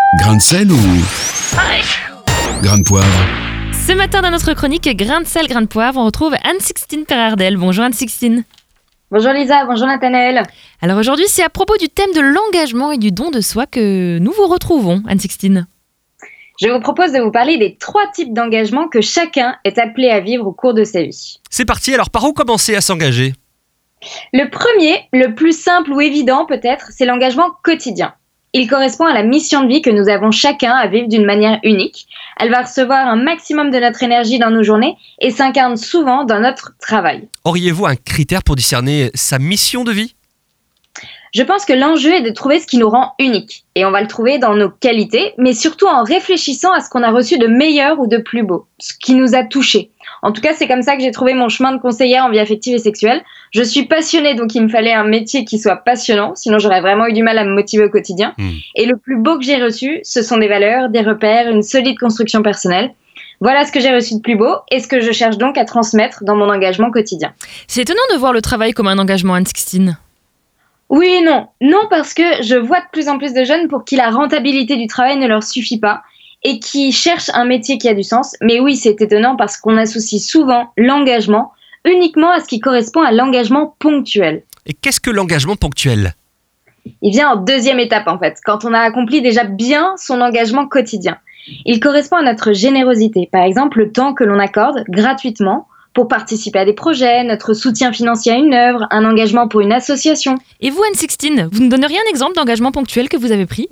Grain de sel ou grain de poivre? Ce matin dans notre chronique Grain de sel, grain de poivre, on retrouve Anne-Sixtine Perardel. Bonjour Anne-Sixtine. Bonjour Lisa, bonjour Nathanaël. Alors aujourd'hui, c'est à propos du thème de l'engagement et du don de soi que nous vous retrouvons, Anne-Sixtine. Je vous propose de vous parler des 3 types d'engagement que chacun est appelé à vivre au cours de sa vie. C'est parti, alors par où commencer à s'engager? Le premier, le plus simple ou évident peut-être, c'est l'engagement quotidien. Il correspond à la mission de vie que nous avons chacun à vivre d'une manière unique. Elle va recevoir un maximum de notre énergie dans nos journées et s'incarne souvent dans notre travail. Auriez-vous un critère pour discerner sa mission de vie? Je pense que l'enjeu est de trouver ce qui nous rend unique. Et on va le trouver dans nos qualités, mais surtout en réfléchissant à ce qu'on a reçu de meilleur ou de plus beau, ce qui nous a touchés. En tout cas, c'est comme ça que j'ai trouvé mon chemin de conseillère en vie affective et sexuelle. Je suis passionnée, donc il me fallait un métier qui soit passionnant, sinon j'aurais vraiment eu du mal à me motiver au quotidien. Et le plus beau que j'ai reçu, ce sont des valeurs, des repères, une solide construction personnelle. Voilà ce que j'ai reçu de plus beau et ce que je cherche donc à transmettre dans mon engagement quotidien. C'est étonnant de voir le travail comme un engagement, Anne-Sixtine. Oui et non. Non, parce que je vois de plus en plus de jeunes pour qui la rentabilité du travail ne leur suffit pas et qui cherchent un métier qui a du sens. Mais oui, c'est étonnant parce qu'on associe souvent l'engagement uniquement à ce qui correspond à l'engagement ponctuel. Et qu'est-ce que l'engagement ponctuel? Il vient en deuxième étape en fait, quand on a accompli déjà bien son engagement quotidien. Il correspond à notre générosité, par exemple le temps que l'on accorde gratuitement pour participer à des projets, notre soutien financier à une œuvre, un engagement pour une association. Et vous, Anne-Sixtine, vous nous donneriez un exemple d'engagement ponctuel que vous avez pris?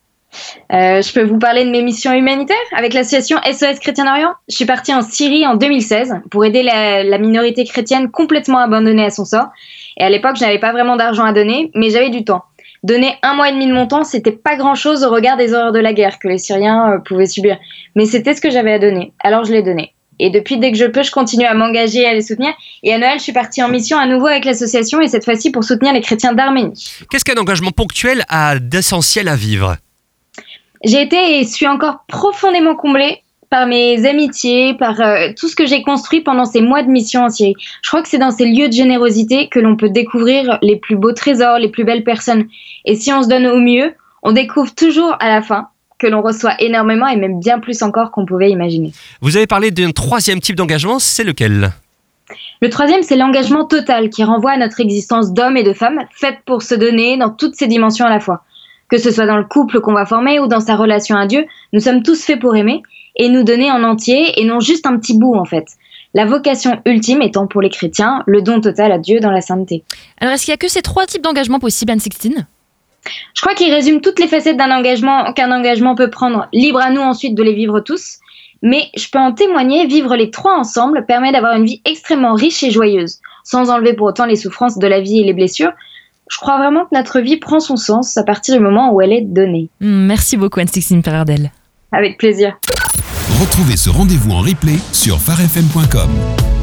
Je peux vous parler de mes missions humanitaires avec l'association SOS Chrétien Orient. Je suis partie en Syrie en 2016 pour aider la minorité chrétienne complètement abandonnée à son sort. Et à l'époque, je n'avais pas vraiment d'argent à donner, mais j'avais du temps. Donner 1 mois et demi de mon temps, c'était pas grand-chose au regard des horreurs de la guerre que les Syriens pouvaient subir. Mais c'était ce que j'avais à donner, alors je l'ai donné. Et depuis, dès que je peux, je continue à m'engager et à les soutenir. Et à Noël, je suis partie en mission à nouveau avec l'association et cette fois-ci pour soutenir les chrétiens d'Arménie. Qu'est-ce qu'un engagement ponctuel a d'essentiel à vivre? J'ai été et suis encore profondément comblée par mes amitiés, par tout ce que j'ai construit pendant ces mois de mission en Syrie. Je crois que c'est dans ces lieux de générosité que l'on peut découvrir les plus beaux trésors, les plus belles personnes. Et si on se donne au mieux, on découvre toujours à la fin que l'on reçoit énormément et même bien plus encore qu'on pouvait imaginer. Vous avez parlé d'un 3e type d'engagement, c'est lequel? Le 3e, c'est l'engagement total qui renvoie à notre existence d'hommes et de femmes faite pour se donner dans toutes ses dimensions à la fois. Que ce soit dans le couple qu'on va former ou dans sa relation à Dieu, nous sommes tous faits pour aimer et nous donner en entier et non juste un petit bout en fait. La vocation ultime étant pour les chrétiens le don total à Dieu dans la sainteté. Alors est-ce qu'il n'y a que ces 3 types d'engagement possibles, Anne-Sixtine? Je crois qu'il résume toutes les facettes d'un engagement qu'un engagement peut prendre. Libre à nous ensuite de les vivre tous. Mais je peux en témoigner, vivre les 3 ensemble permet d'avoir une vie extrêmement riche et joyeuse, sans enlever pour autant les souffrances de la vie et les blessures. Je crois vraiment que notre vie prend son sens à partir du moment où elle est donnée. Merci beaucoup Anne-Sixtine Perardel. Avec plaisir. Retrouvez ce rendez-vous en replay sur farfm.com.